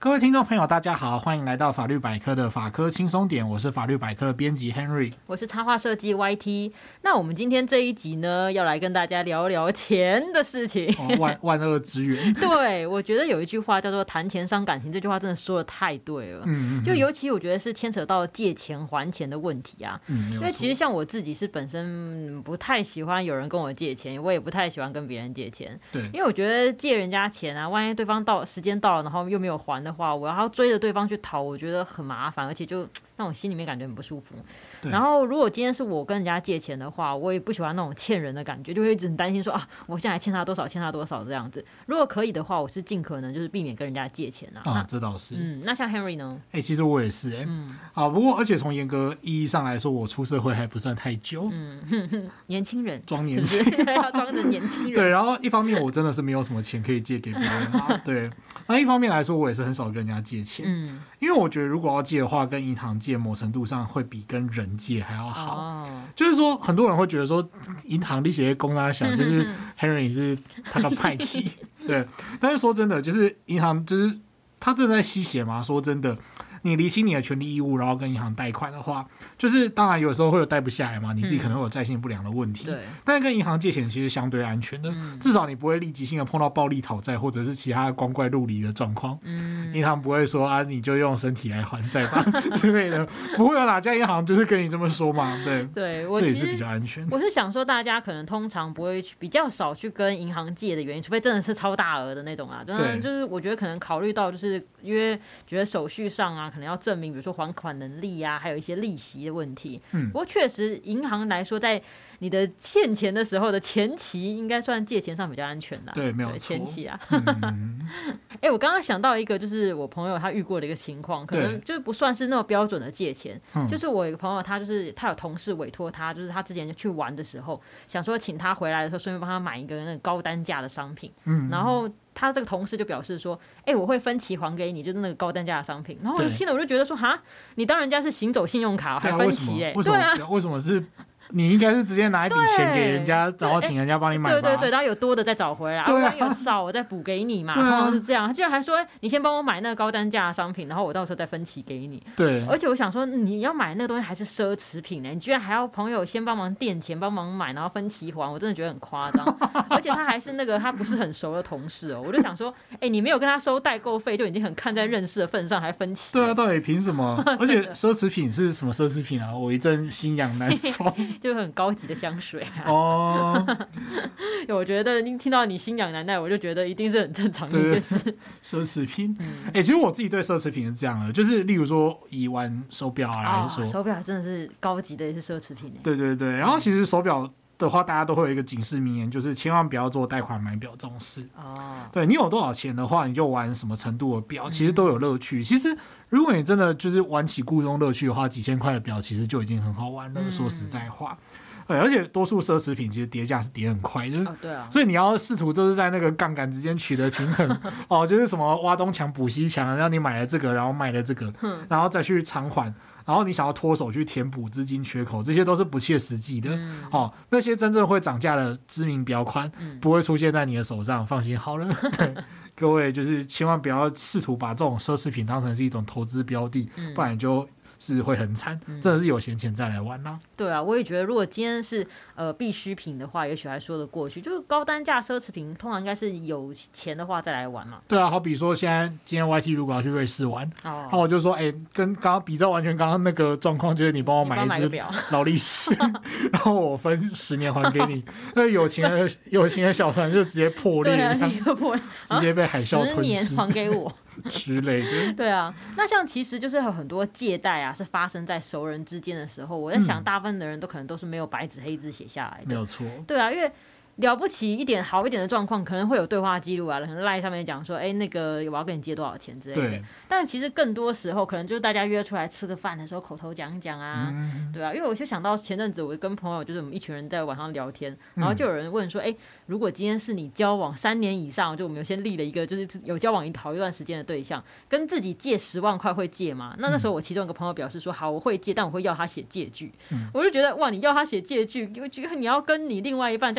各位听众朋友大家好，欢迎来到法律百科的法科轻松点，我是法律百科的编辑 Henry， 我是插画设计 YT。 那我们今天这一集呢，要来跟大家聊聊钱的事情。 万恶之源。 对，我觉得有一句话叫做谈钱伤感情，这句话真的说的太对了。就尤其我觉得是牵扯到借钱还钱的问题啊。因为其实像我自己是本身不太喜欢有人跟我借钱，我也不太喜欢跟别人借钱。 对， 因为我觉得借人家钱啊，万一对方时间到了，然后又没有还的话，我要追着对方去讨，我觉得很麻烦，而且就让我心里面感觉很不舒服。然后如果今天是我跟人家借钱的话，我也不喜欢那种欠人的感觉，就会一直很担心说啊，我现在欠他多少，欠他多少这样子。如果可以的话，我是尽可能就是避免跟人家借钱啊。 这倒是。 那像 Henry 呢？ 其实我也是不过而且从严格意义上来说，我出社会还不算太久。 年轻人装年轻， 是不是要装着年轻人。 对，然后一方面我真的是没有什么钱可以借给别人嘛，对。那一方面来说，我也是很少跟人家借钱，因为我觉得如果要借的话，跟银行借某程度上会比跟人借还要好。就是说，很多人会觉得说，银行利息公他想，就是 Henry 是他的派系，对。但是说真的，就是银行就是他正在吸血嘛。说真的，你厘清你的权利义务，然后跟银行贷款的话，就是当然有时候会有贷不下来嘛，你自己可能会有债信不良的问题。对。但是跟银行借钱其实相对安全的，至少你不会立即性的碰到暴力讨债或者是其他光怪陆离的状况。银行不会说啊，你就用身体来还债吧之类的，不会有哪家银行就是跟你这么说嘛。对， 我这也是比较安全。 我是想说，大家可能通常不会比较少去跟银行借的原因，除非真的是超大额的那种啊。对，就是我觉得可能考虑到，就是因为觉得手续上啊，可能要证明，比如说还款能力啊，还有一些利息的问题。不过确实，银行来说，在你的欠钱的时候的前期，应该算借钱上比较安全的。 对，没有错。 前期啊。我刚刚想到一个，就是我朋友他遇过的一个情况，可能就不算是那么标准的借钱。就是我有一个朋友，他有同事委托他，就是他之前去玩的时候，想说请他回来的时候，顺便帮他买一个那个高单价的商品。然后他这个同事就表示说，我会分期还给你，就是那个高单价的商品。然后我就听了，我就觉得说，哈，你当人家是行走信用卡，还分期对啊，为什么是？你应该是直接拿一笔钱给人家，然后请人家帮你买吧。对， 然后有多的再找回来，万一有少我再补给你嘛。通常是这样。他居然还说，你先帮我买那个高单价的商品，然后我到时候再分期给你。 对。 而且我想说，你要买那个东西还是奢侈品呢，你居然还要朋友先帮忙垫钱，帮忙买，然后分期还，我真的觉得很夸张。而且他还是那个他不是很熟的同事哦，我就想说，你没有跟他收代购费，就已经很看在认识的份上，还分期。 对啊，到底凭什么？而且奢侈品是什么奢侈品啊？我一阵心痒难受。 就很高级的香水啊。我觉得听到你心痒难耐，我就觉得一定是很正常的一件事。 奢侈品。其实我自己对奢侈品是这样的，就是例如说以玩手表来说， 手表真的是高级的，也是奢侈品。 对。然后其实手表的话，大家都会有一个警示名言，就是千万不要做贷款买表这种事。对，你有多少钱的话，你就玩什么程度的表，其实都有乐趣。其实如果你真的就是玩起故中乐趣的话，几千块的表其实就已经很好玩了。说实在话。对，而且多数奢侈品其实跌价是跌很快的。 对啊。 所以你要试图就是在那个杠杆之间取得平衡。就是什么挖东墙补西墙，让你买了这个，然后卖了这个，然后再去偿还。然后你想要脱手去填补资金缺口，这些都是不切实际的。那些真正会涨价的知名表款，不会出现在你的手上，放心好了。对，各位就是千万不要试图把这种奢侈品当成是一种投资标的，不然你就是会很惨，真的是有闲钱再来玩啦。 对啊，我也觉得如果今天是必需品的话，也许还说得过去。就是高单价奢侈品，通常应该是有钱的话再来玩嘛。 对啊，好比说今天 YT 如果要去瑞士玩，然后我就说，跟刚刚比照完全刚刚那个状况，就是你帮我买一只劳力士，然后我分10年还给你。那有钱的小船就直接破裂，直接被海啸吞噬。 10年还给我。 之类的。 对啊，那像其实就是有很多借贷啊，是发生在熟人之间的时候，我在想大部分的人都可能都是没有白纸黑字写下来的。 没有错。 对啊，因为了不起一点好一点的状况，可能会有对话记录啊，可能 LINE 上面讲说，那个我要跟你借多少钱之类的。但其实更多时候，可能就是大家约出来吃个饭的时候，口头讲讲啊，对啊。因为我就想到前阵子我跟朋友，就是我们一群人在晚上聊天，然后就有人问说，如果今天是你交往3年以上，就我们有先立了一个，就是有交往好一段时间的对象，跟自己借10万块会借吗？那时候我其中一个朋友表示说，好，我会借，但我会要他写借据。我就觉得哇，你要他写借据，你要跟你另外一半这样要求。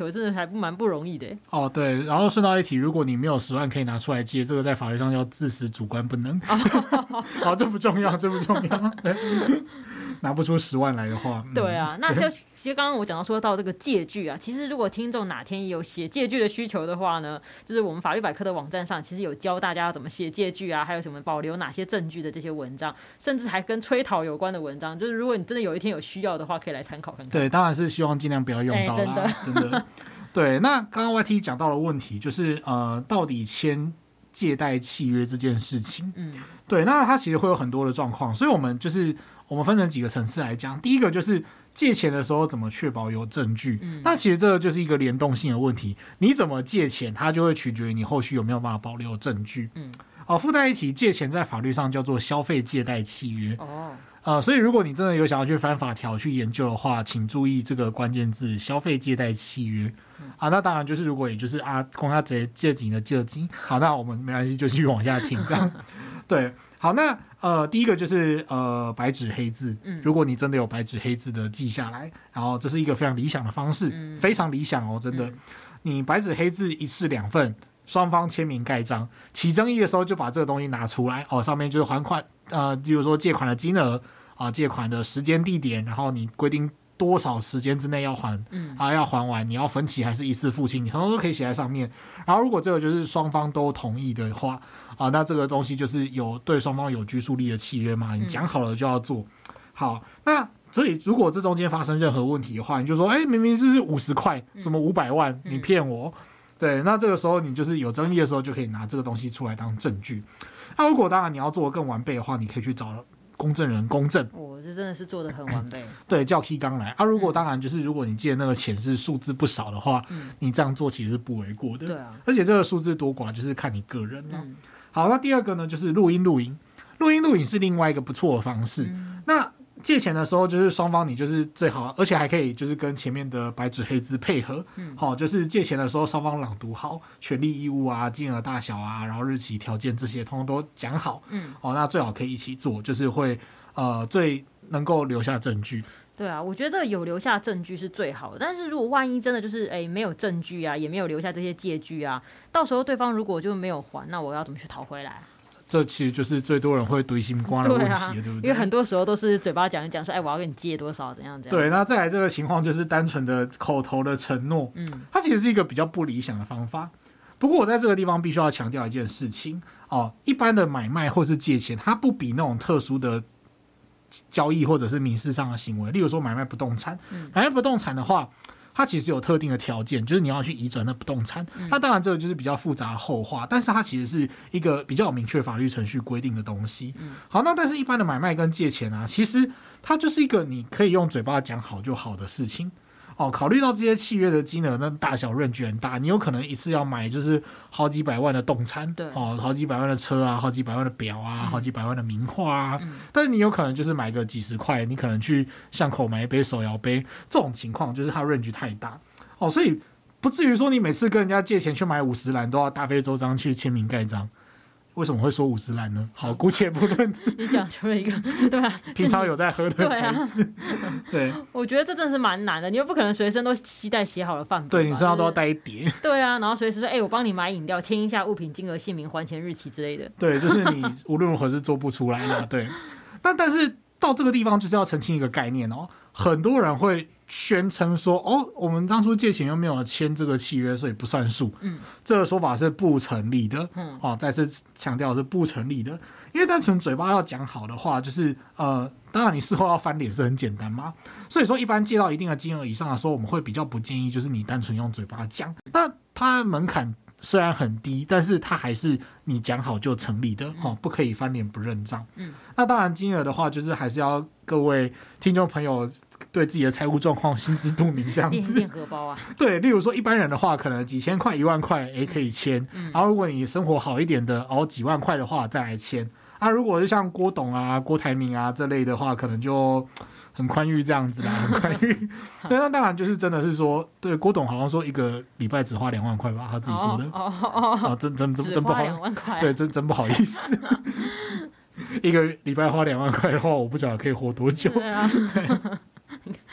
求，真的还蛮不容易的。 哦，对，然后顺道一提，如果你没有10万可以拿出来借，这个在法律上叫自食主观不能。好，这不重要，这不重要。拿不出10万来的话， 对啊，那其实刚刚我讲到说到这个借据啊，其实如果听众哪天有写借据的需求的话呢，就是我们法律百科的网站上其实有教大家要怎么写借据啊，还有什么保留哪些证据的这些文章，甚至还跟催讨有关的文章，就是如果你真的有一天有需要的话，可以来参考看看。 对，当然是希望尽量不要用到啦，真的。对，那刚刚 YT 讲到的问题就是到底签借贷契约这件事情，对，那它其实会有很多的状况，所以我们分成几个层次来讲。第一个就是借钱的时候怎么确保有证据，那其实这个就是一个联动性的问题，你怎么借钱，它就会取决于你后续有没有办法保留证据。附带一提，借钱在法律上叫做消费借贷契约。所以如果你真的有想要去翻法条去研究的话，请注意这个关键字消费借贷契约。那当然就是如果也就是公他直接借紧的借紧，好，那我们没关系，就继续往下听这样。对，好，那第一个就是白纸黑字，如果你真的有白纸黑字的记下来，然后这是一个非常理想的方式，非常理想哦，真的，你白纸黑字一式2份，双方签名盖章，起争议的时候就把这个东西拿出来，上面就是还款，比如说借款的金额借款的时间地点，然后你规定多少时间之内要还，要还完，你要分期还是一次付清，你很多都可以写在上面。然后如果这个就是双方都同意的话，那这个东西就是有对双方有拘束力的契约嘛，你讲好了就要做。好，那所以如果这中间发生任何问题的话，你就说，明明是50块，什么500万，你骗我。对，那这个时候你就是有争议的时候，就可以拿这个东西出来当证据。那如果当然你要做得更完备的话，你可以去找公证人公证。 这真的是做得很完备。 对，叫 Key 刚来如果当然就是如果你借的那个钱是数字不少的话，你这样做其实是不为过的。 对啊， 而且这个数字多寡就是看你个人了。好，那第二个呢，就是录音是另外一个不错的方式。那借钱的时候，就是双方你就是最好，而且还可以就是跟前面的白纸黑字配合。就是借钱的时候双方朗读好权利义务金额大小然后日期条件这些通通都讲好。那最好可以一起做，就是会最能够留下证据。 对啊，我觉得这个有留下证据是最好的。但是如果万一真的就是没有证据也没有留下这些借据到时候对方如果就没有还，那我要怎么去讨回来？ 这其实就是最多人会堆心瓜的问题，对不对？ 因为很多时候都是嘴巴讲一讲说，我要跟你借多少，怎样怎样。 对，那再来这个情况就是单纯的口头的承诺，它其实是一个比较不理想的方法。不过我在这个地方必须要强调一件事情一般的买卖或是借钱，它不比那种特殊的交易或者是民事上的行为，例如说买卖不动产，买卖不动产的话，它其实有特定的条件，就是你要去移转那不动产。那当然这个就是比较复杂的后话，但是它其实是一个比较有明确法律程序规定的东西。好，那但是一般的买卖跟借钱其实它就是一个你可以用嘴巴讲好就好的事情。考虑到这些契约的金额那大小range很大，你有可能一次要买就是好几百万的动产，好几百万的车好几百万的表好几百万的名画但是你有可能就是买个几十块，你可能去巷口买一杯手摇杯，这种情况就是它 range 太大所以不至于说你每次跟人家借钱去买50栏都要大费周章去签名盖章。为什么会说50栏呢？好，姑且不论。 你讲出了一个，对吧？ 平常有在喝的孩子，对， 我觉得这真的是蛮难的，你又不可能随身都携带写好的范本， 对，你身上都要带一叠， 对然后随时说，我帮你买饮料，签一下物品金额、姓名、还钱日期之类的， 对，就是你无论如何是做不出来的，对。但是到这个地方就是要澄清一个概念很多人会宣称说我们当初借钱又没有签这个契约，所以不算数。这个说法是不成立的。再次强调是不成立的，因为单纯嘴巴要讲好的话，就是当然你事后要翻脸是很简单嘛。所以说一般借到一定的金额以上的时候，我们会比较不建议就是你单纯用嘴巴讲。那它门槛虽然很低，但是它还是你讲好就成立的，不可以翻脸不认账。那当然金额的话，就是还是要各位听众朋友对自己的财务状况心知肚明，这样子练荷包对，例如说一般人的话，可能几千块、1万块可以签，然后如果你生活好一点的几万块的话再来签。如果是像郭董郭台铭这类的话，可能就很宽裕这样子啦，很宽裕。对，那当然就是真的是说，对，郭董好像说一个礼拜只花2万块吧，他自己说的。真不好，对，真不好意思。一个礼拜花2万块的话，我不晓得可以活多久。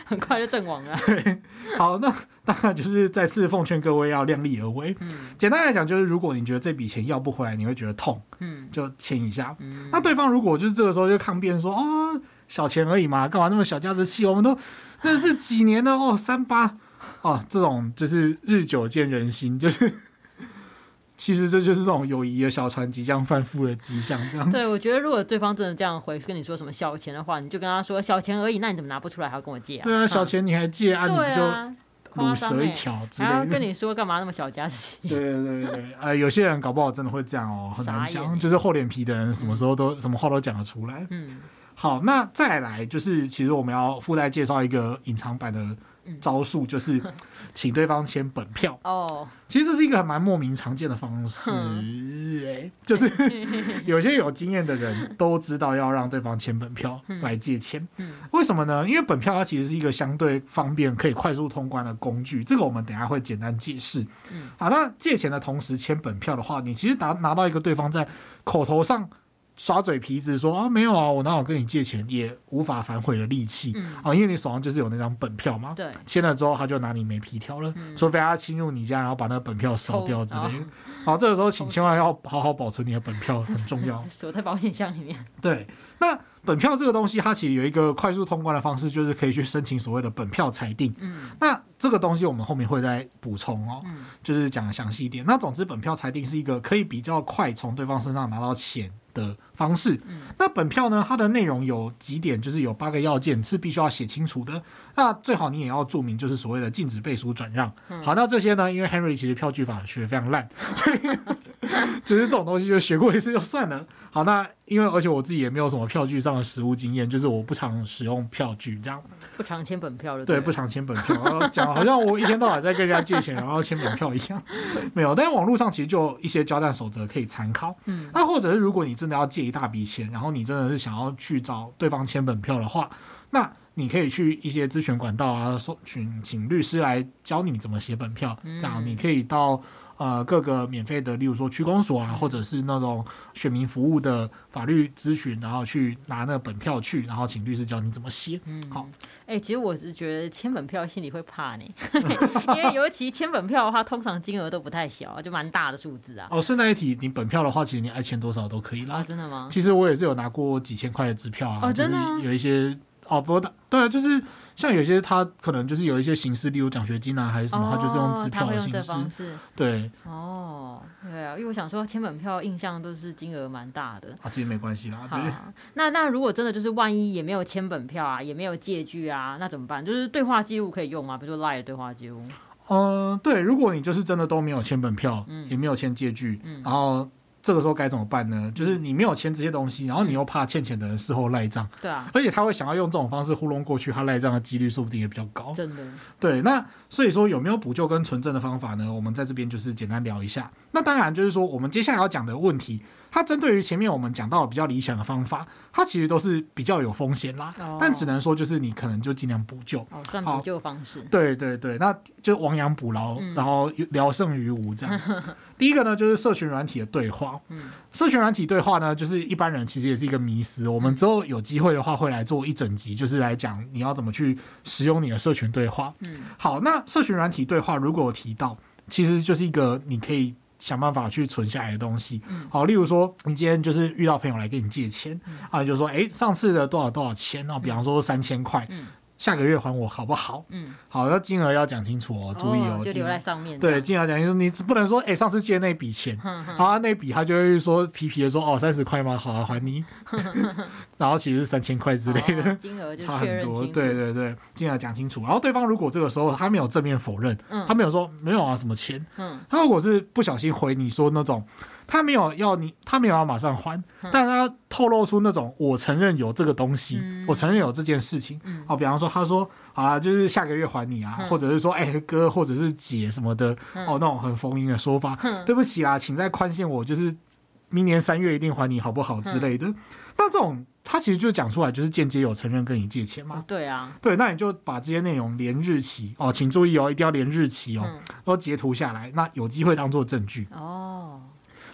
很快就阵亡了。 对，好，那当然就是再次奉劝各位要量力而为。简单来讲，就是如果你觉得这笔钱要不回来，你会觉得痛，就签一下。那对方如果就是这个时候就抗辩说，哦，小钱而已嘛，干嘛那么小家子气？我们都真的是几年了哦，38哦，这种就是日久见人心，就是。其实这就是这种友谊的小船即将翻覆的迹象，这样。 对，我觉得如果对方真的这样回跟你说什么小钱的话，你就跟他说小钱而已，那你怎么拿不出来还要跟我借啊？ 对啊，小钱你还借啊？你不就卤蛇一条之类的？ 还要跟你说干嘛那么小家子气？ 对，有些人搞不好真的会这样哦，很难讲。就是厚脸皮的人，什么时候都什么话都讲得出来。好，那再来就是，其实我们要附带介绍一个隐藏版的招数，就是请对方签本票。哦，其实这是一个蛮莫名常见的方式，就是有些有经验的人都知道要让对方签本票来借钱。为什么呢？因为本票它其实是一个相对方便、可以快速通关的工具。这个我们等一下会简单解释。好，那借钱的同时签本票的话，你其实拿到一个对方在口头上耍嘴皮子说啊没有啊，我哪有跟你借钱，也无法反悔的利器因为你手上就是有那张本票嘛，对，签了之后他就拿你没皮条了，除非他侵入你家，然后把那个本票烧掉之类的。好，这个时候请千万要好好保存你的本票，很重要， 锁在保险箱里面。 对，那本票这个东西，它其实有一个快速通关的方式，就是可以去申请所谓的本票裁定。那这个东西我们后面会再补充哦，就是讲的详细一点。那总之，本票裁定是一个可以比较快从对方身上拿到钱的方式。那本票呢，它的内容有几点，就是有8个要件是必须要写清楚的。那最好你也要注明，就是所谓的禁止背书转让。好，那这些呢，因为 Henry 其实票据法学得非常烂，所以就是这种东西就学过一次就算了。好，那因为而且我自己也没有什么票据上的实务经验，就是我不常使用票据，这样不常签本票的。 对，不常签本票，讲好像我一天到晚在跟人家借钱，然后签本票一样，没有。但是网络上其实就有一些交战守则可以参考。那或者是如果你真的要借一大笔钱，然后你真的是想要去找对方签本票的话，那你可以去一些咨询管道啊，请律师来教你怎么写本票，这样你可以到各个免费的，例如说区公所啊，或者是那种选民服务的法律咨询，然后去拿那个本票去，然后请律师教你怎么写。好， 其实我是觉得签本票心里会怕呢，因为尤其签本票的话，通常金额都不太小，就蛮大的数字啊。 顺带一提，你本票的话，其实你爱签多少都可以啦。 真的吗？ 其实我也是有拿过几千块的支票啊， 真的吗？ 就是有一些不过对啊，就是像有些他可能就是有一些形式，例如奖学金啊还是什么，他就是用支票的形式。对。 对啊，因为我想说签本票印象都是金额蛮大的其实没关系啦。 好，那如果真的就是万一也没有签本票啊，也没有借据啊，那怎么办？就是对话记录可以用吗？比如说 LINE 的对话记录。 对，如果你就是真的都没有签本票，也没有签借据，然后这个时候该怎么办呢？就是你没有签这些东西，然后你又怕欠钱的人事后赖账， 对啊， 而且他会想要用这种方式糊弄过去，他赖账的几率说不定也比较高。 真的。 对，那所以说有没有补救跟存证的方法呢？我们在这边就是简单聊一下。那当然就是说，我们接下来要讲的问题，它针对于前面我们讲到的比较理想的方法，它其实都是比较有风险啦。但只能说就是你可能就尽量补救。 算补救方式。 对，那就亡羊补牢，然后聊胜于无这样。第一个呢，就是社群软体的对话。社群软体对话呢，就是一般人其实也是一个迷思。我们之后有机会的话，会来做一整集，就是来讲你要怎么去使用你的社群对话。好，那社群软体对话如果有提到，其实就是一个你可以想办法去存下来的东西。好，例如说你今天就是遇到朋友来跟你借钱，你就说上次的多少钱，比方说3000块。下个月还我好不好？好，那金额要讲清楚哦，注意哦， 就留在上面。 对，金额讲清楚，你不能说上次借那笔钱，好，那笔他就会说皮皮的说30块吗？好，还你，然后其实是3000块之类的， 金额就差很多。对，金额讲清楚。然后对方如果这个时候他没有正面否认，他没有说没有啊什么钱，他如果是不小心回你说那种。他没有要马上还，但他透露出那种我承认有这个东西，我承认有这件事情。比方说他说好啦，就是下个月还你啊，或者是说哥或者是姐什么的，那种很逢迎的说法，对不起啦，请再宽限我，就是明年3月一定还你好不好之类的。那这种他其实就讲出来，就是间接有承认跟你借钱嘛。 对啊， 对，那你就把这些内容连日期请注意一定要连日期然后截图下来，那有机会当做证据。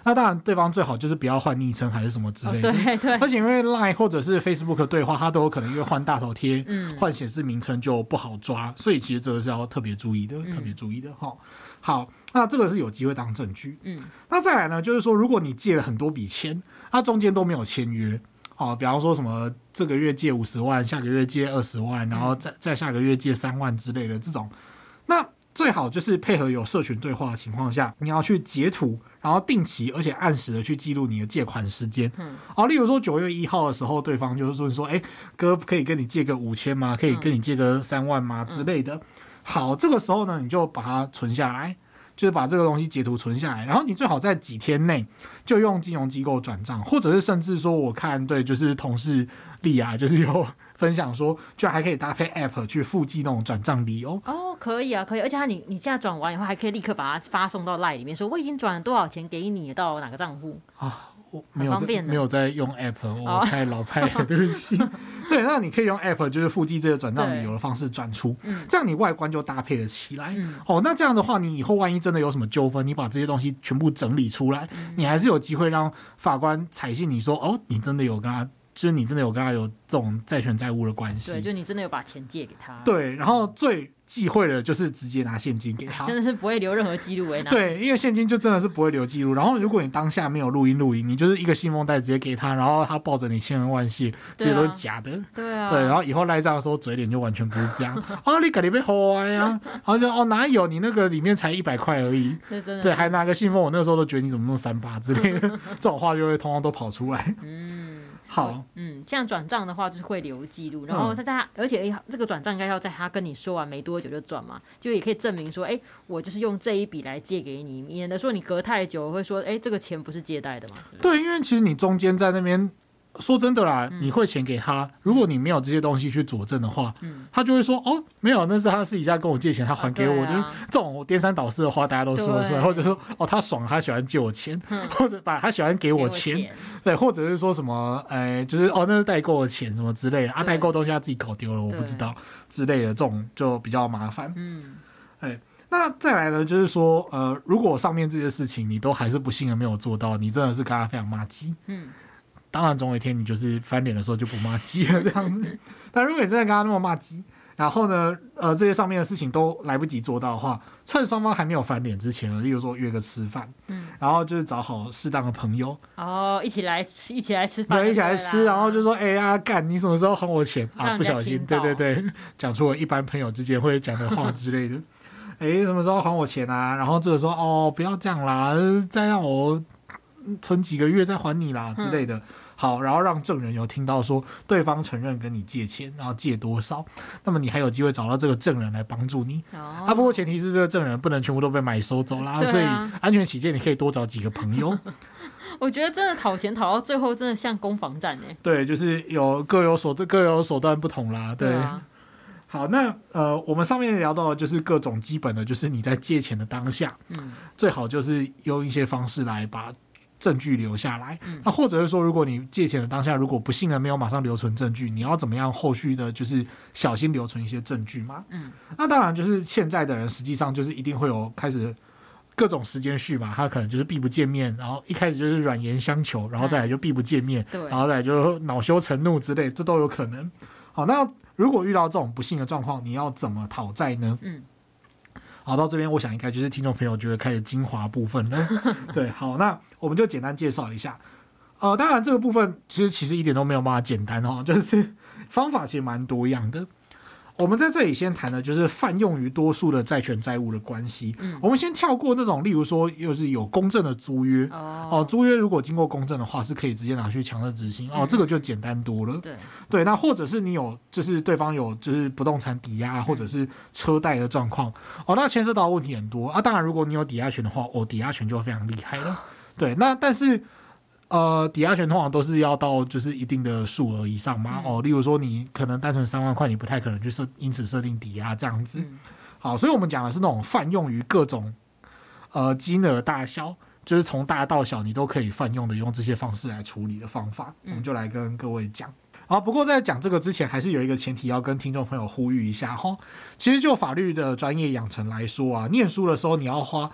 那当然对方最好就是不要换昵称还是什么之类的， 对， 而且因为 LINE 或者是 Facebook 对话，它都有可能因为换大头贴、换显示名称就不好抓，所以其实这个是要特别注意的，特别注意的。好，那这个是有机会当证据。那再来呢，就是说如果你借了很多笔钱，它中间都没有签约。比方说什么这个月借50万，下个月借20万，然后再下个月借3万之类的这种，那最好就是配合有社群对话的情况下，你要去截图，然后定期而且按时的去记录你的借款时间。例如说9月1号的时候，对方就是说，哥可以跟你借个5000吗？可以跟你借个3万吗？之类的。好，这个时候呢，你就把它存下来。就是把这个东西截图存下来，然后你最好在几天内就用金融机构转账，或者是甚至说我看对，就是同事丽雅就是有分享说，就还可以搭配 App 去附记那种转账理由。 可以啊，可以，而且你现在转完以后，还可以立刻把它发送到 LINE 里面，说我已经转了多少钱给你，到哪个账户我没有在用 App， 我太老派了，对不起。对，那你可以用 App 就是附记这个转账理由的方式转出，这样你外观就搭配了起来。那这样的话，你以后万一真的有什么纠纷，你把这些东西全部整理出来，你还是有机会让法官采信你说，你真的有跟他，就是你真的有跟他有这种债权债务的关系， 对，就你真的有把钱借给他。 对，然后最忌讳的就是直接拿现金给他， 真的是不会留任何记录对，因为现金就真的是不会留记录。然后如果你当下没有录音，你就是一个信封袋直接给他，然后他抱着你千恩万谢，这些都是假的。 对啊， 对，然后以后赖账的时候嘴脸就完全不是这样。你肯定被坏呀，然后就哪有，你那个里面才100块而已。对，还拿个信封，我那个时候都觉得你怎么弄3把之类的，这种话就会通通都跑出来。好， 这样转账的话就是会留记录，然后而且这个转账应该要在他跟你说完没多久就转嘛，就也可以证明说，我就是用这一笔来借给你，免得说你隔太久会说，这个钱不是借贷的嘛。 对，因为其实你中间在那边。说真的啦，你汇钱给他，如果你没有这些东西去佐证的话，他就会说没有，那是他私底下跟我借钱，他还给我。就是这种颠三倒四的话，大家都说得出来，或者说他爽，他喜欢借我钱，或者他喜欢给我钱，对，或者是说什么就是那是代购的钱什么之类的代购东西他自己搞丢了，我不知道之类的，这种就比较麻烦。那再来呢，就是说如果上面这些事情你都还是不幸的没有做到，你真的是跟他非常骂鸡。当然总有一天你就是翻脸的时候就不骂鸡了这样子。但如果你真的跟他那么骂鸡，然后呢这些上面的事情都来不及做到的话，趁双方还没有翻脸之前，例如说约个吃饭，然后就是找好适当的朋友一起来吃饭， 对，一起来吃，然后就说干你什么时候还我钱不小心对讲出了一般朋友之间会讲的话之类的。什么时候还我钱啊？然后这个说不要这样啦，再让我存几个月再还你啦之类的。好，然后让证人有听到说对方承认跟你借钱，然后借多少，那么你还有机会找到这个证人来帮助你。不过前提是这个证人不能全部都被买收走啦，所以安全起见，你可以多找几个朋友。 我觉得真的讨钱讨到最后，真的像攻防战对，就是各有手段不同啦。对。好，那我们上面聊到的就是各种基本的，就是你在借钱的当下，最好就是用一些方式来把证据留下来。那或者是说，如果你借钱的当下，如果不幸的没有马上留存证据，你要怎么样后续的，就是小心留存一些证据嘛？那当然就是欠债的人，实际上就是一定会有开始各种时间序嘛，他可能就是避不见面，然后一开始就是软言相求，然后再来就避不见面，然后再来就恼羞成怒之类，这都有可能。好，那如果遇到这种不幸的状况，你要怎么讨债呢？好，到这边我想应该就是听众朋友觉得开始精华部分了。对，好，那我们就简单介绍一下。当然这个部分其实一点都没有办法简单就是方法其实蛮多样的。我们在这里先谈的就是泛用于多数的债权债务的关系。我们先跳过那种例如说就是有公证的租约。租约如果经过公证的话是可以直接拿去强制执行。这个就简单多了。对，那或者是你有就是对方有就是不动产抵押或者是车贷的状况。那牵涉到问题很多当然如果你有抵押权的话抵押权就非常厉害了。对，那但是抵押权通常都是要到就是一定的数额以上嘛。例如说你可能单纯3万块，你不太可能去因此设定抵押这样子。好，所以我们讲的是那种泛用于各种金额大小，就是从大到小你都可以泛用的用这些方式来处理的方法，我们就来跟各位讲。不过在讲这个之前，还是有一个前提要跟听众朋友呼吁一下。其实就法律的专业养成来说念书的时候你要花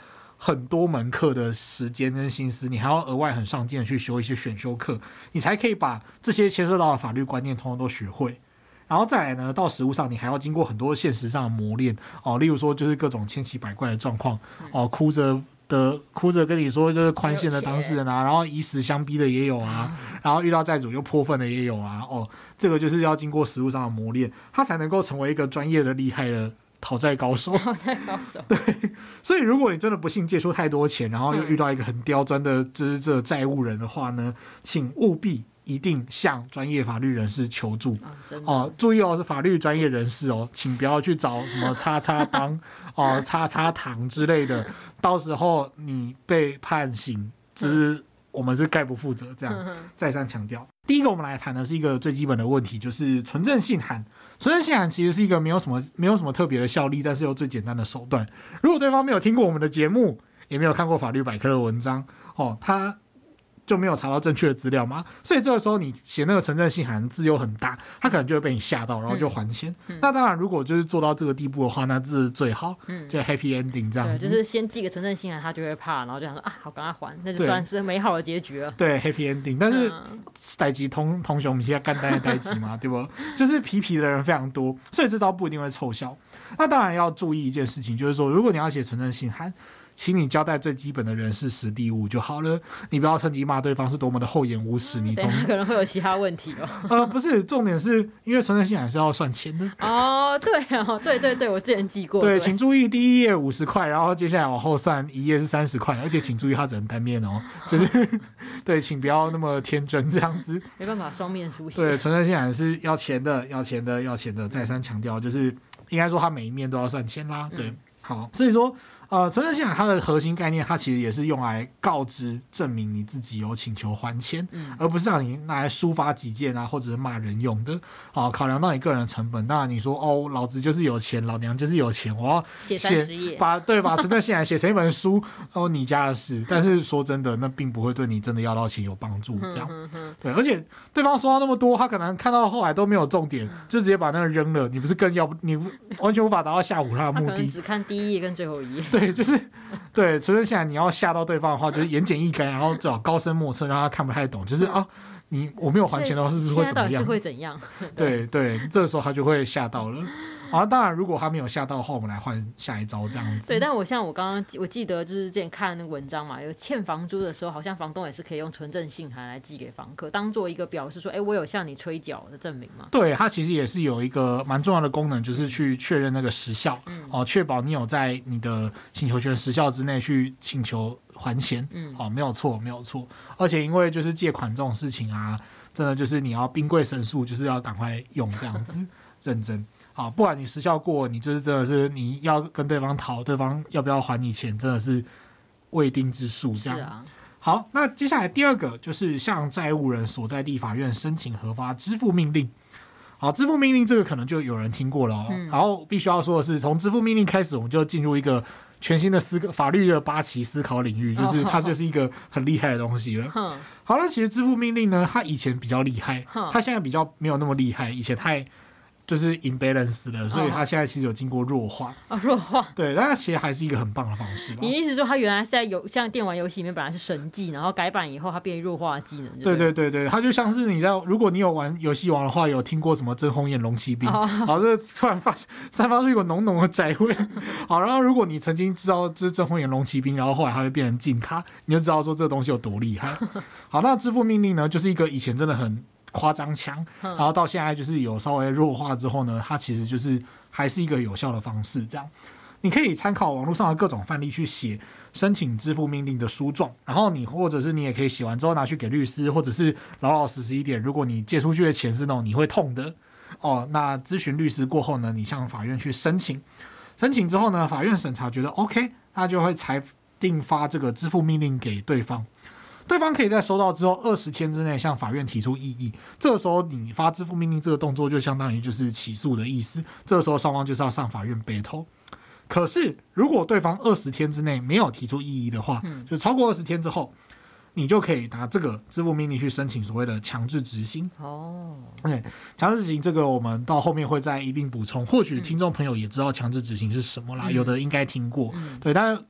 很多门课的时间跟心思，你还要额外很上进的去修一些选修课，你才可以把这些牵涉到的法律观念通通都学会。然后再来呢，到实务上你还要经过很多现实上的磨练哦，例如说就是各种千奇百怪的状况哦，哭着跟你说就是宽限的当事人啊，然后以死相逼的也有啊，然后遇到债主又泼粪的也有啊，哦，这个就是要经过实务上的磨练，他才能够成为一个专业的厉害的讨债高手。对，所以如果你真的不幸借出太多钱，然后又遇到一个很刁钻的就是这债务人的话呢，请务必一定向专业法律人士求助哦，注意哦，是法律专业人士哦，请不要去找什么叉叉帮哦、叉叉堂之类的，到时候你被判刑，就是我们是概不负责。这样再三强调。第一个我们来谈的是一个最基本的问题，就是存证信函。存证信函其实是一个没有什么特别的效力，但是又最简单的手段。如果对方没有听过我们的节目，也没有看过法律百科的文章哦，他就没有查到正确的资料嘛，所以这个时候你写那个存证信函字又很大，他可能就会被你吓到，然后就还钱。那当然如果就是做到这个地步的话，那这是最好，就 happy ending 这样子。 对，就是先寄个存证信函，他就会怕，然后就想说啊，好，赶快还，那就算是美好的结局了。 对 happy ending。 但是代志同学我们现在干单的代志嘛，对不？就是皮皮的人非常多，所以这招不一定会凑效。那当然要注意一件事情，就是说如果你要写存证信函，请你交代最基本的人事时地物就好了，你不要趁机骂对方是多么的厚颜无耻。你从可能会有其他问题哦。 不是，重点是因为存证信函是要算钱的哦。对哦，对，我之前记过。 对，请注意第一页50块，然后接下来往后算一页是30块，而且请注意它只能单面哦，就是对，请不要那么天真这样子。 没办法，双面书写。 对，存证信函是要钱的，再三强调，就是应该说它每一面都要算钱啦。对，好，所以说。存证信函它的核心概念，它其实也是用来告知、证明你自己有请求还钱，而不是让你拿来抒发己见啊，或者是骂人用的。考量到你个人的成本，当然你说哦，老子就是有钱，老娘就是有钱，我要写30页，把存证信函写成一本书，哦，你家的事。但是说真的，那并不会对你真的要到钱有帮助。这样，对，而且对方收到那么多，他可能看到后来都没有重点，就直接把那个扔了，你不是更要你完全无法达到吓唬他的目的。他可能只看第一页跟最后一页。 对，就是对存证信函你要吓到对方的话，就是言简意赅，然后最好高深莫测，让他看不太懂。就是我没有还钱的话，是不是会怎么样？ 是会怎样？ 对，这个时候他就会吓到了。当然如果他没有吓到的话，我们来换下一招这样子。 对，但我刚刚我记得就是之前看那个文章嘛，有欠房租的时候，好像房东也是可以用存证信函来寄给房客，当做一个表示说，我有向你催缴的证明嘛。对， 它其实也是有一个蛮重要的功能，就是去确认那个时效，确保你有在你的请求权时效之内去请求还钱。没有错。而且因为就是借款这种事情啊，真的就是你要兵贵神速，就是要赶快用这样子，认真。好，不管你时效过，你就是真的是你要跟对方讨，对方要不要还你钱，真的是未定之数。这样。是啊。好，那接下来第二个就是向债务人所在地法院申请核发支付命令。好，支付命令这个可能就有人听过了然后必须要说的是，从支付命令开始，我们就进入一个全新的法律的8期思考领域，就是它就是一个很厉害的东西了。好，那其实支付命令呢，它以前比较厉害，它现在比较没有那么厉害，以前太就是 imbalance 了，所以它现在其实有经过弱化。弱化。对，但它其实还是一个很棒的方式。 你意思说它原来是在像电玩游戏里面本来是神技，然后改版以后它变弱化的技能。 对，它就像是如果你有玩游戏王的话，有听过什么真红眼龙骑兵，好，这突然散发出一个浓浓的宅味。好，然后如果你曾经知道这是真红眼龙骑兵，然后后来它会变成禁卡，你就知道说这个东西有多厉害。好，那支付命令呢，就是一个以前真的很夸张强，然后到现在就是有稍微弱化之后呢，它其实就是还是一个有效的方式。这样，你可以参考网络上的各种范例去写申请支付命令的书状，然后或者是你也可以写完之后拿去给律师，或者是老老实实一点，如果你借出去的钱是那种你会痛的那咨询律师过后呢，你向法院去申请之后呢，法院审查觉得 OK， 他就会裁定发这个支付命令给对方。对方可以在收到之后20天之内向法院提出异议，这个时候你发支付命令这个动作就相当于就是起诉的意思，这个时候双方就是要上法院battle。可是如果对方20天之内没有提出异议的话，就超过20天之后，你就可以拿这个支付命令去申请所谓的强制执行。强制执行这个我们到后面会再一并补充，或许听众朋友也知道强制执行是什么啦，有的应该听过。对，但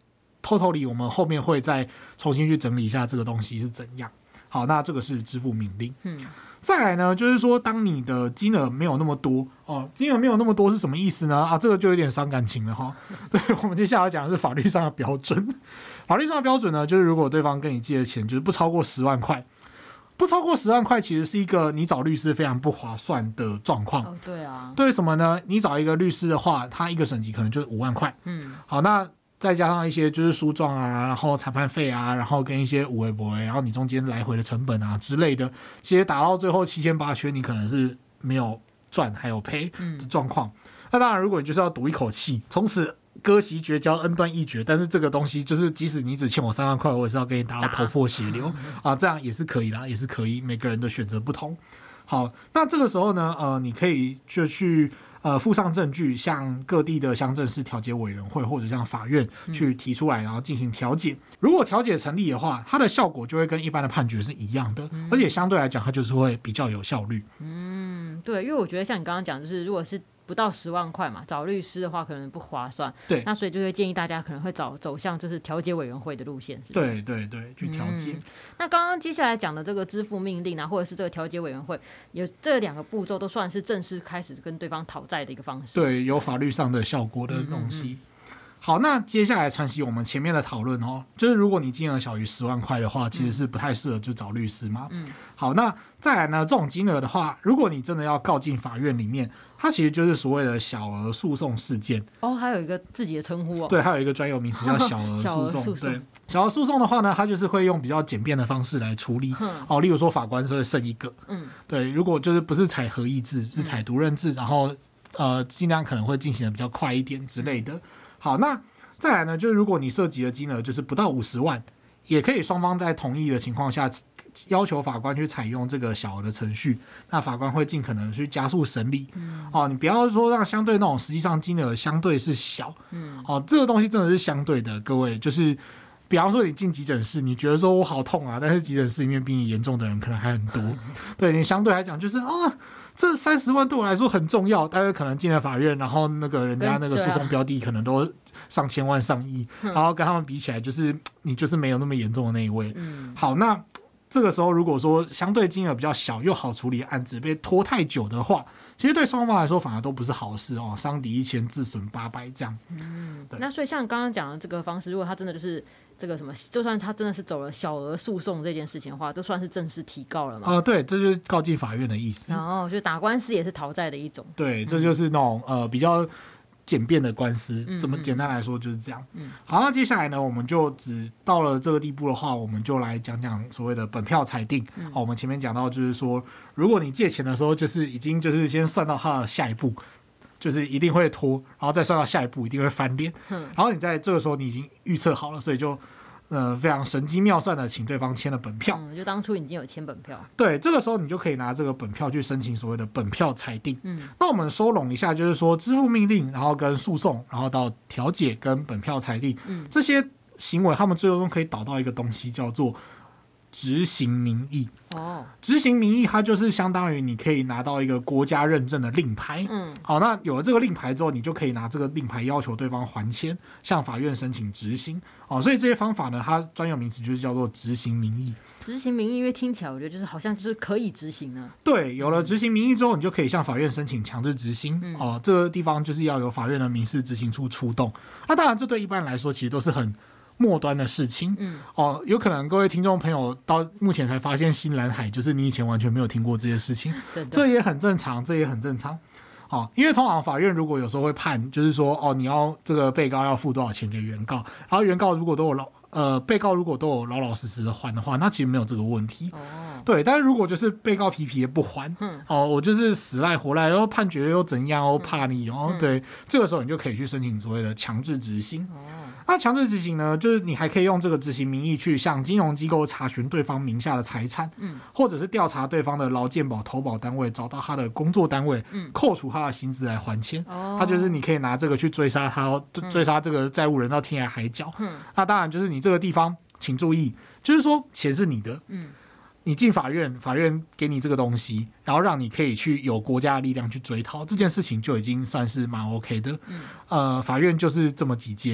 totally 我们后面会再重新去整理一下这个东西是怎样。好，那这个是支付命令。再来呢，就是说当你的金额没有那么多哦，金额没有那么多是什么意思呢？这个就有点伤感情了哈。对，我们接下来讲的是法律上的标准。法律上的标准呢，就是如果对方跟你借的钱就是不超过10万块，不超过10万块其实是一个你找律师非常不划算的状况。 对啊。 对什么呢？你找一个律师的话，他一个审级可能就是5万块。好，那再加上一些就是诉状啊，然后裁判费啊，然后跟一些有的没的，然后你中间来回的成本啊之类的，其实打到最后7千8千，你可能是没有赚还有赔的状况。那当然，如果你就是要赌一口气，从此割席绝交，恩断义绝，但是这个东西就是即使你只欠我3万块，我也是要跟你打到头破血流这样也是可以啦，也是可以，每个人的选择不同。好，那这个时候呢，你可以就去附上证据，向各地的乡镇市调解委员会或者向法院去提出来，然后进行调解。如果调解成立的话，它的效果就会跟一般的判决是一样的，而且相对来讲，它就是会比较有效率。 对，因为我觉得像你刚刚讲，就是如果是不到10万块嘛，找律师的话可能不划算。 对， 那所以就会建议大家可能会走向就是调解委员会的路线。 对对对，去调解。 那刚刚接下来讲的这个支付命令啊，或者是这个调解委员会，有这2个步骤都算是正式开始跟对方讨债的一个方式。 对，有法律上的效果的东西。好，那接下来承袭我们前面的讨论就是如果你金额小于10万块的话，其实是不太适合就找律师嘛。好，那再来呢，这种金额的话，如果你真的要告进法院里面，它其实就是所谓的小额诉讼事件。 还有一个自己的称呼对，还有一个专有名词叫小额诉讼。对，小额诉讼的话呢，它就是会用比较简便的方式来处理。例如说法官是会胜一个。对，如果就是不是采合议制，是采独任制，然后尽量可能会进行的比较快一点之类的。好，那再来呢，就是如果你涉及的金额就是不到50万，也可以双方在同意的情况下要求法官去采用这个小额的程序，那法官会尽可能去加速审理。你不要说让相对那种实际上金额相对是小。这个东西真的是相对的，各位就是比方说你进急诊室，你觉得说我好痛啊，但是急诊室里面比你严重的人可能还很多。对，你相对来讲就是这30万对我来说很重要，但是可能进了法院，然后那个人家那个诉讼标的可能都上千万上亿，然后跟他们比起来，就是你就是没有那么严重的那一位。好，那这个时候如果说相对金额比较小又好处理的案子被拖太久的话，其实对双方来说反而都不是好事伤敌1000自损800这样。 对。那所以像刚刚讲的这个方式，如果他真的就是这个什么，就算他真的是走了小额诉讼这件事情的话，都算是正式提告了嘛？ 对，这就是告进法院的意思。 然后就打官司也是讨债的一种。 对，这就是那种比较简便的官司，怎么简单来说就是这样。好，那接下来呢，我们就只到了这个地步的话，我们就来讲讲所谓的本票裁定。我们前面讲到就是说，如果你借钱的时候，就是已经就是先算到他的下一步，就是一定会拖，然后再算到下一步一定会翻脸。然后你在这个时候你已经预测好了，所以就非常神机妙算的请对方签了本票。 就当初已经有签本票。 对，这个时候你就可以拿这个本票去申请所谓的本票裁定。那我们收拢一下，就是说支付命令，然后跟诉讼，然后到调解跟本票裁定，这些行为他们最终可以导到一个东西叫做执行民意。执行民意它就是相当于你可以拿到一个国家认证的令牌。好，那有了这个令牌之后，你就可以拿这个令牌要求对方还钱，向法院申请执行。所以这些方法呢，它专有名词就是叫做执行民意。 执行民意，因为听起来我觉得就是好像就是可以执行呢。 对，有了执行民意之后，你就可以向法院申请强制执行。这个地方就是要由法院的民事执行处出动。那当然，这对一般人来说其实都是很末端的事情。有可能各位听众朋友到目前才发现新蓝海，就是你以前完全没有听过这些事情。这也很正常，这也很正常。因为通常法院如果有时候会判，就是说你要这个被告要付多少钱给原告，然后原告如果都有被告如果都有老老实实的还的话，那其实没有这个问题。对，但是如果就是被告皮皮也不还，我就是死赖活赖，然后判决又怎样，怕你对，这个时候你就可以去申请所谓的强制执行。那强制执行呢，就是你还可以用这个执行名义去向金融机构查询对方名下的财产，或者是调查对方的劳健保投保单位，找到他的工作单位，扣除他的薪资来还钱。他就是你可以拿这个去追杀他，追杀这个债务人到天涯海角。那当然就是你这个地方请注意，就是说钱是你的，你进法院，法院给你这个东西，然后让你可以去有国家的力量去追讨，这件事情就已经算是蛮 OK 的。法院就是这么几间，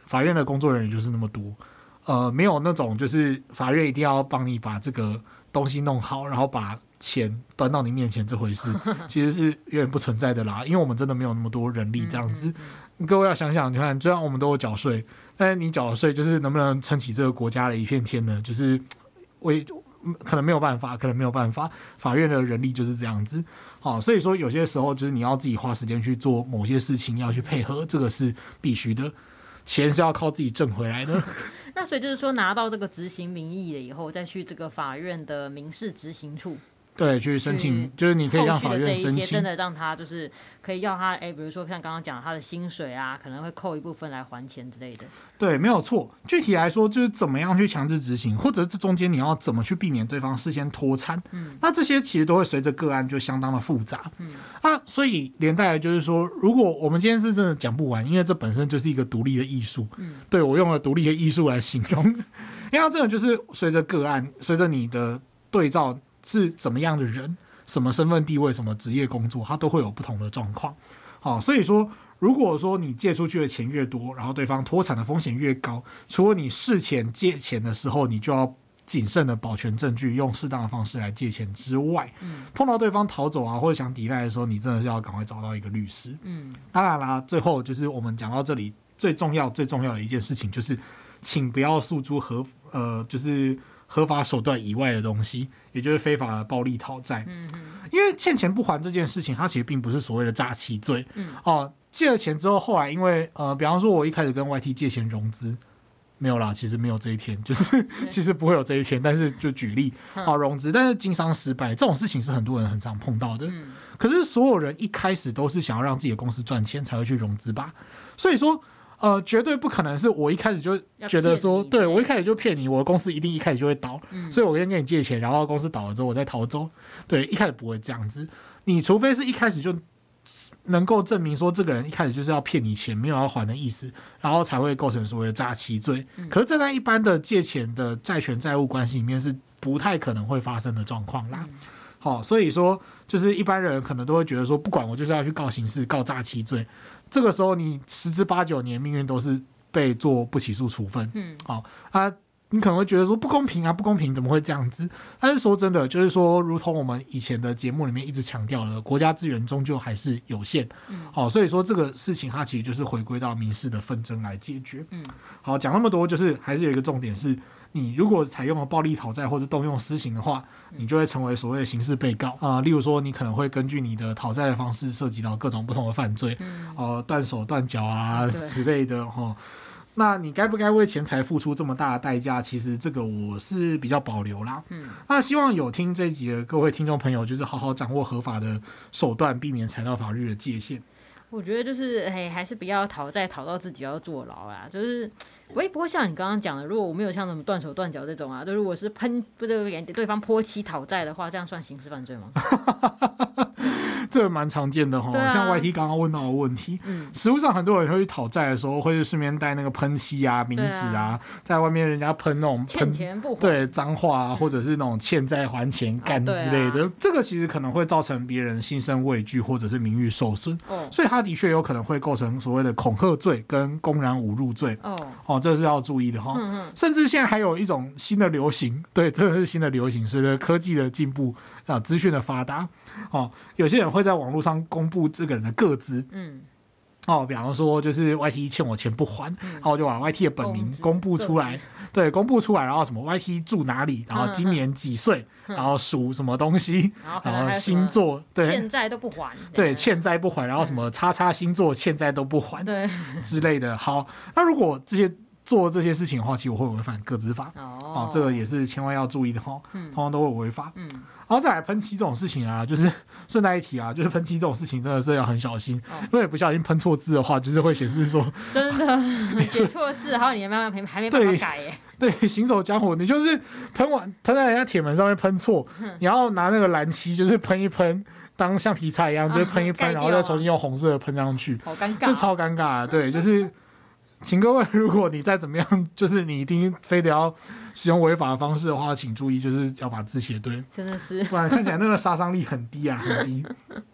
法院的工作人员就是那么多，没有那种就是法院一定要帮你把这个东西弄好，然后把钱端到你面前这回事，其实是有点不存在的啦，因为我们真的没有那么多人力这样子。各位要想想，你看，虽然我们都有缴税，但是你缴的税就是能不能撑起这个国家的一片天呢？就是可能没有办法，法院的人力就是这样子。好，所以说有些时候就是你要自己花时间去做某些事情，要去配合，这个是必须的。钱是要靠自己挣回来的。 那所以就是说，拿到这个执行名义了以后，再去这个法院的民事执行处。 对，去申请，就是你可以让法院申请， 真的让他就是可以要他，比如说像刚刚讲他的薪水啊，可能会扣一部分来还钱之类的。 对，没有错。具体来说，就是怎么样去强制执行，或者这中间你要怎么去避免对方事先脱产，那这些其实都会随着个案就相当的复杂。所以连带来就是说，如果我们今天是真的讲不完，因为这本身就是一个独立的艺术。对，我用了独立的艺术来形容，因为它真的就是随着个案，随着你的对照。是怎么样的人，什么身份地位，什么职业工作，它都会有不同的状况。好，所以说如果说你借出去的钱越多，然后对方脱产的风险越高，除了你事前借钱的时候你就要谨慎的保全证据，用适当的方式来借钱之外，碰到对方逃走啊或者想抵赖的时候，你真的是要赶快找到一个律师。当然啦，最后就是我们讲到这里最重要的一件事情，就是请不要诉诸就是合法手段以外的东西，也就是非法的暴力讨债。因为欠钱不还这件事情，它其实并不是所谓的诈欺罪。借了钱之后，后来因为比方说我一开始跟 YT 借钱融资，没有啦，其实没有这一天，就是其实不会有这一天，但是就举例融资，但是经商失败这种事情是很多人很常碰到的。可是所有人一开始都是想要让自己的公司赚钱才会去融资吧，所以说绝对不可能是我一开始就觉得说，对，我一开始就骗你，我的公司一定一开始就会倒，所以我先跟你借钱，然后公司倒了之后我再逃走。对，一开始不会这样子，你除非是一开始就能够证明说这个人一开始就是要骗你钱，没有要还的意思，然后才会构成所谓的诈欺罪。可是这在一般的借钱的债权债务关系里面是不太可能会发生的状况啦。好，所以说就是一般人可能都会觉得说，不管我就是要去告刑事告诈欺罪，这个时候你10之8九你的命运都是被做不起诉处分。你可能会觉得说不公平啊，不公平，怎么会这样子？但是说真的，就是说，如同我们以前的节目里面一直强调了，国家资源终究还是有限。所以说这个事情它其实就是回归到民事的纷争来解决。好，讲那么多，就是还是有一个重点是，你如果采用了暴力讨债或者动用私刑的话，你就会成为所谓的刑事被告。例如说，你可能会根据你的讨债的方式涉及到各种不同的犯罪，断手断脚啊之类的。那你该不该为钱财付出这么大的代价？其实这个我是比较保留啦。那希望有听这一集的各位听众朋友，就是好好掌握合法的手段，避免踩到法律的界限。 我觉得就是还是不要讨债讨到自己要坐牢啦。就是不过像你刚刚讲的，如果我没有像什么断手断脚这种啊，就如果是给对方泼漆讨债的话，这样算刑事犯罪吗？ 这个蛮常见的像 YT 刚刚问到的问题，实务上很多人会去讨债的时候，会顺便带那个喷漆啊、名纸啊，在外面人家喷那种欠钱不还， 对，脏话啊，或者是那种欠债还钱干之类的，这个其实可能会造成别人心生畏惧，或者是名誉受损。所以他的确有可能会构成所谓的恐吓罪跟公然侮辱罪。这是要注意的甚至现在还有一种新的流行，对，这个是新的流行，随着科技的进步资讯的发达，有些人会在网络上公布这个人的个资。比方说就是 YT 欠我钱不还，然后我就把 YT 的本名公布出来，对，公布出来，然后什么 YT 住哪里，然后今年几岁，然后属什么东西，然后星座，对， 欠债都不还， 对，欠债不还，然后什么叉叉星座欠债都不还，对之类的。好，那如果做这些事情的话，其实我会违反个资法。这个也是千万要注意的通常都会违法。然后再来喷漆这种事情啊，就是顺带一提啊，就是喷漆这种事情真的是要很小心，因为不小心喷错字的话，就是会显示说真的写错字，然后你还没办法改耶。 对，行走江湖，你就是喷在人家铁门上面喷错，你要拿那个蓝漆就是喷一喷，当橡皮擦一样，就是喷一喷，然后再重新用红色的喷上去， 好尴尬， 就超尴尬的。对，就是请各位，如果你再怎么样，就是你一定非得要使用违法的方式的话，请注意，就是要把字写对， 真的是， 不然看起来那个杀伤力很低啊，很低。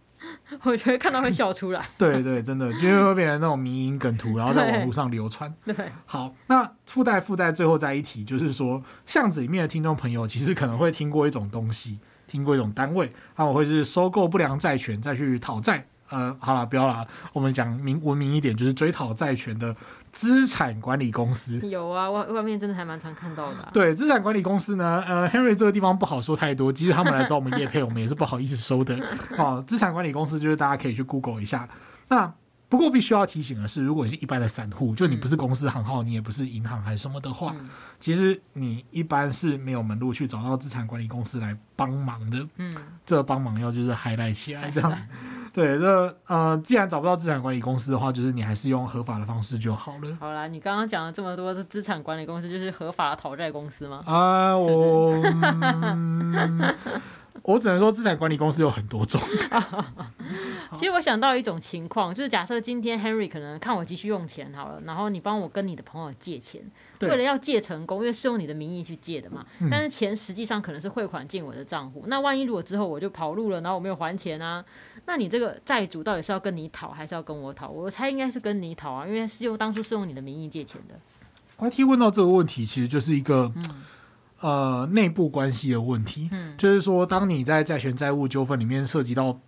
我觉得看到会笑出来。 对对，真的，就会变成那种迷因梗图，然后在网络上流传。 对， 好，那附带最后再一提，就是说巷子里面的听众朋友，其实可能会听过一种东西，听过一种单位，他们会是收购不良债权再去讨债。好啦，不要啦，我们讲文明一点，就是追讨债权的资产管理公司。 有啊，外面真的还蛮常看到的啊。 对，资产管理公司呢，Henry 这个地方不好说太多，即使他们来找我们业配，我们也是不好意思收的。资产管理公司就是大家可以去 Google 一下。那不过必须要提醒的是，如果你是一般的散户，就你不是公司行号，你也不是银行还是什么的话，其实你一般是没有门路去找到资产管理公司来帮忙的。这个帮忙要就是 highlight 起来这样。对，既然找不到资产管理公司的话，就是你还是用合法的方式就好了。 好啦，你刚刚讲了这么多的资产管理公司，就是合法的讨债公司吗？ 我只能说资产管理公司有很多种。 其实我想到一种情况，就是假设今天 Henry 可能看我急需用钱好了，然后你帮我跟你的朋友借钱，为了要借成功，因为是用你的名义去借的嘛，但是钱实际上可能是汇款进我的账户。那万一如果之后我就跑路了，然后我没有还钱啊，那你这个债主到底是要跟你讨还是要跟我讨？我猜应该是跟你讨啊，因为当初是用你的名义借钱的。 YT 问到这个问题，其实就是一个内部关系的问题，就是说当你在债权债务纠纷里面涉及到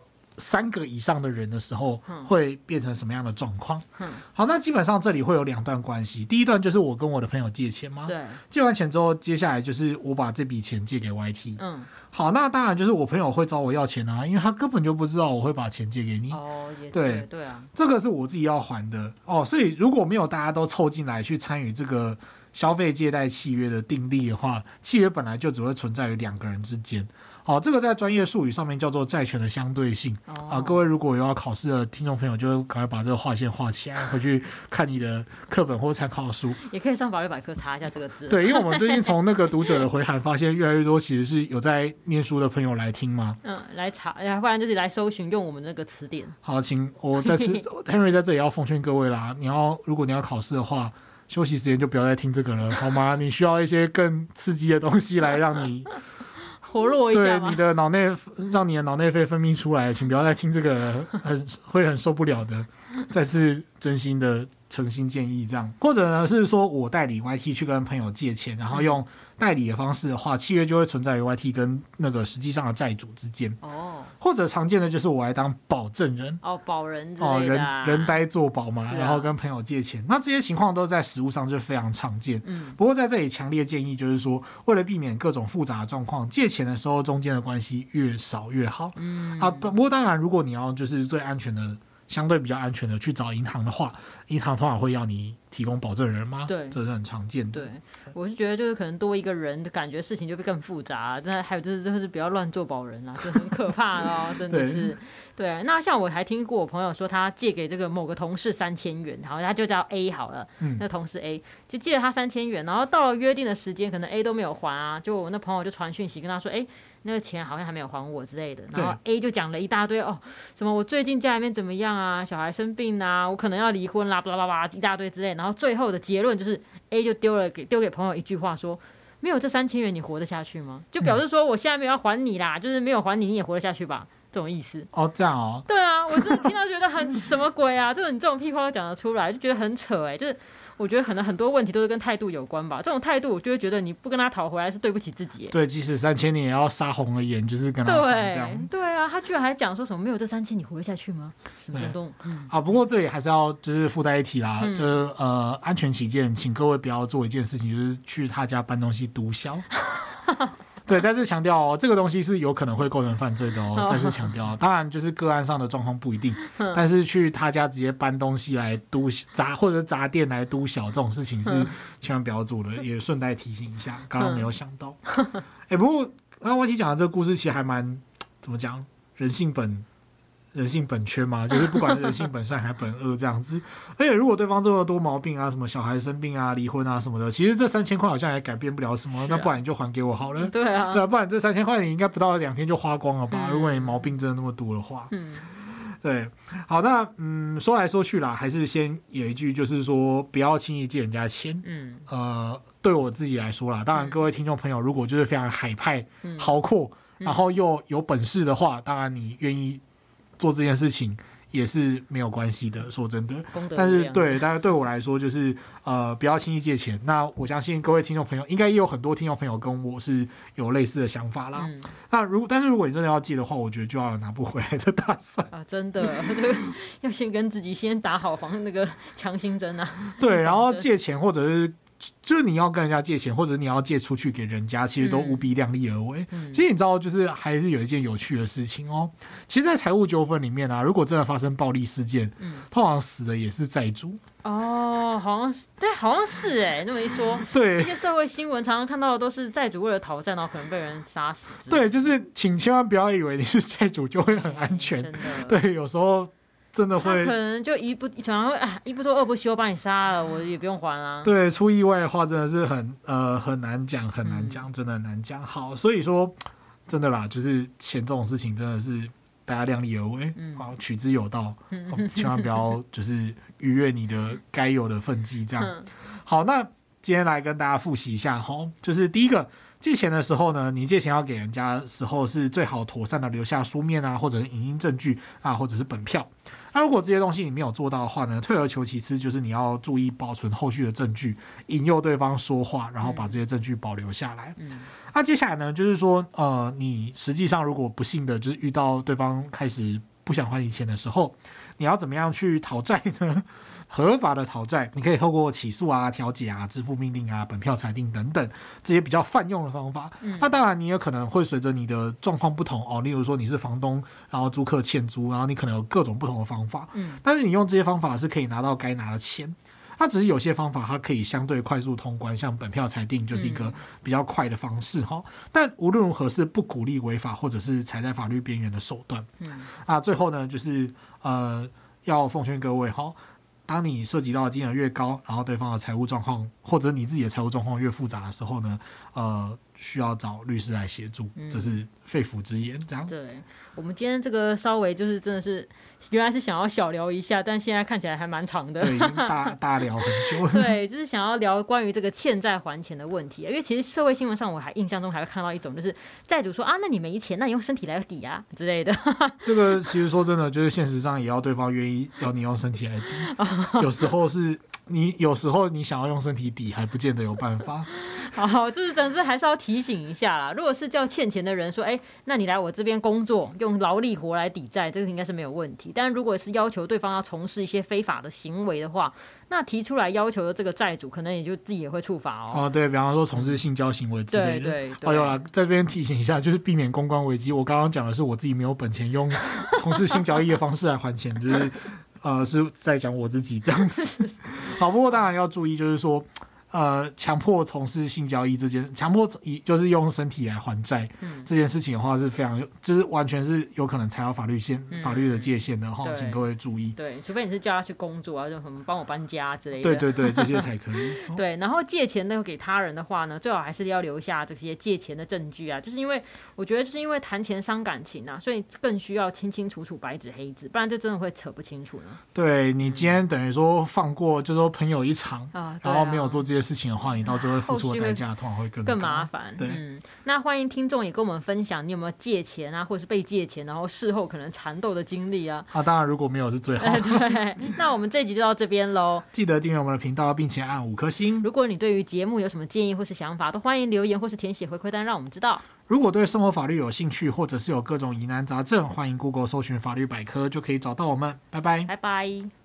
3个以上的人的时候，会变成什么样的状况？好，那基本上这里会有2段关系。第一段就是我跟我的朋友借钱嘛，对，借完钱之后，接下来就是我把这笔钱借给 YT。好，那当然就是我朋友会找我要钱啊，因为他根本就不知道我会把钱借给你。 也对啊， 这个是我自己要还的所以如果没有大家都凑进来去参与这个消费借贷契约的订立的话，契约本来就只会存在于2个人之间。这个在专业术语上面叫做债权的相对性。各位如果有要考试的听众朋友，就赶快把这个划线画起来，回去看你的课本或参考书， 也可以上法律百科查一下这个字。 对，因为我们最近从那个读者的回函发现，越来越多其实是有在念书的朋友来听嘛。 来查，不然就是来搜寻用我们那个词典。 好，请我再次Henry 在这里要奉劝各位啦，如果你要考试的话，休息时间就不要再听这个了，好吗？你需要一些更刺激的东西来让你活络一下， 对你的脑内，让你的脑内啡分泌出来，请不要再听这个会很受不了的。再次真心的诚心建议这样，或者呢是说我代理 YT 去跟朋友借钱，然后用代理的方式的话，契约就会存在于 YT 跟那个实际上的债主之间。或者常见的就是我来当保证人保人之类的人呆做保嘛，然后跟朋友借钱。那这些情况都在实务上就非常常见。不过在这里强烈建议就是说，为了避免各种复杂的状况，借钱的时候中间的关系越少越好。不过当然，如果你要就是最安全的，相对比较安全的去找银行的话，银行通常会要你提供保证人吗？对，这是很常见的。 对，我是觉得就是可能多一个人的感觉，事情就会更复杂。还有就是不要乱做保人啦，这很可怕哦，真的是。对，那像我还听过我朋友说，他借给这个某个同事3000元，然后他就叫 A 好了，那同事 A 就借了他3000元，然后到了约定的时间，可能 A 都没有还啊，就我那朋友就传讯息跟他说，那个钱好像还没有还我之类的，然后 A 就讲了一大堆什么我最近家里面怎么样啊，小孩生病啊，我可能要离婚啦，巴拉巴拉一大堆之类，然后最后的结论就是 A 就丢给朋友一句话说，没有这3000元你活得下去吗？就表示说我现在没有要还你啦，就是没有还你你也活得下去吧，这种意思。 这样哦。 对啊，我真的听到觉得很什么鬼啊，就是你这种屁话都讲得出来，就觉得很扯就是我觉得可能很多问题都是跟态度有关吧。这种态度，我就会觉得你不跟他讨回来是对不起自己。 对，即使3000你也要杀红了眼，就是跟他这样。 对啊，他居然还讲说什么没有这3000你活得下去吗？什么东不过这里还是要就是附带一提啦，就是安全起见，请各位不要做一件事情，就是去他家搬东西毒枭。对，再次强调这个东西是有可能会构成犯罪的再次强调，当然就是个案上的状况不一定，但是去他家直接搬东西来或者砸店来督小这种事情是千万不要做的，也顺带提醒一下，刚刚没有想到。不过刚刚YT讲的这个故事其实还蛮怎么讲，人性本缺嘛，就是不管人性本善还本恶这样子。而且如果对方这么多毛病啊，什么小孩生病啊、离婚啊什么的，其实这3000块好像也改变不了什么。那不然你就还给我好了。对啊，不然这3000块你应该不到2天就花光了吧？如果你毛病真的那么多的话。对，好，那说来说去啦，还是先有一句，就是说不要轻易借人家钱。对我自己来说啦，当然各位听众朋友，如果就是非常海派、豪阔，然后又有本事的话，当然你愿意做这件事情也是没有关系的，说真的。但是对我来说，就是不要轻易借钱。那我相信各位听众朋友，应该也有很多听众朋友跟我是有类似的想法啦。但是如果你真的要借的话，我觉得就要有拿不回来的打算啊！真的，要先跟自己先打好那个强心针啊。 对，然后借钱或者是。就是你要跟人家借钱，或者你要借出去给人家，其实都务必量力而为。其实你知道，就是还是有一件有趣的事情哦。其实，在财务纠纷里面啊，如果真的发生暴力事件，通常死的也是债主。 哦，好像是哎，那么一说， 对， 一些社会新闻常常看到的都是债主为了讨债，然后可能被人杀死。 对，就是请千万不要以为你是债主就会很安全。真的，对，有时候。真的会， 可能就一不做二不休把你杀了，我也不用还啊。 对，出意外的话真的是很难讲，真的很难讲。好，所以说真的啦，就是钱这种事情真的是大家量力而为，好，取之有道，千万不要就是逾越你的该有的分际这样。好，那今天来跟大家复习一下哈，就是第一个。借钱的时候呢，你借钱要给人家的时候，是最好妥善的留下书面啊，或者是影音证据啊，或者是本票。那如果这些东西你没有做到的话呢，退而求其次，就是你要注意保存后续的证据，引诱对方说话，然后把这些证据保留下来。那接下来呢，就是说，你实际上如果不幸的就是遇到对方开始不想还你钱的时候，你要怎么样去讨债呢？合法的讨债，你可以透过起诉啊、调解啊、支付命令啊、本票裁定等等这些比较泛用的方法。那当然，你也可能会随着你的状况不同哦，例如说你是房东，然后租客欠租，然后你可能有各种不同的方法。但是你用这些方法是可以拿到该拿的钱。它只是有些方法它可以相对快速通关，像本票裁定就是一个比较快的方式哈。但无论如何是不鼓励违法或者是踩在法律边缘的手段。最后呢，就是要奉劝各位哈。当你涉及到的金额越高，然后对方的财务状况或者你自己的财务状况越复杂的时候呢，需要找律师来协助，这是肺腑之言。这样。对， 我们今天这个稍微就是真的是原来是想要小聊一下，但现在看起来还蛮长的。 对，已经大聊很久了。 对，就是想要聊关于这个欠债还钱的问题，因为其实社会新闻上我还印象中还会看到一种，就是债主说啊，那你没钱，那你用身体来抵啊之类的。 这个其实说真的，就是现实上也要对方愿意要你用身体来抵，有时候你想要用身体抵，还不见得有办法。 好，就是真是还是要提醒一下啦。如果是叫欠钱的人说，那你来我这边工作，用劳力活来抵债，这个应该是没有问题。但如果是要求对方要从事一些非法的行为的话，那提出来要求的这个债主，可能也就自己也会触法哦。 对，比方说从事性交行为之类的。对。有啦，在这边提醒一下，就是避免公关危机。我刚刚讲的是我自己没有本钱用从事性交易的方式来还钱，就是是在讲我自己这样子。好，不过当然要注意，就是说。强迫从事性交易强迫就是用身体来还债，这件事情的话是非常，就是完全是有可能踩到法律的界限的哈，请各位注意。 对，除非你是叫他去工作啊，就什么帮我搬家之类的。 对，这些才可以。 对，然后借钱给他人的话呢，最好还是要留下这些借钱的证据啊，就是因为我觉得就是因为谈钱伤感情啊，所以更需要清清楚楚白纸黑字，不然这真的会扯不清楚呢。 对，你今天等于说放过，就说朋友一场然后没有做这些事情的话，你到最后会付出的代价通常会更麻烦。 对， 那欢迎听众也跟我们分享，你有没有借钱啊，或者是被借钱，然后事后可能缠斗的经历啊？ 当然如果没有是最好。 对，那我们这集就到这边喽。 记得订阅我们的频道，并且按5颗星。 如果你对于节目有什么建议或是想法，都欢迎留言或是填写回馈单，让我们知道。 如果对生活法律有兴趣，或者是有各种疑难杂症，欢迎 Google 搜寻法律百科就可以找到我们。拜拜。 拜拜。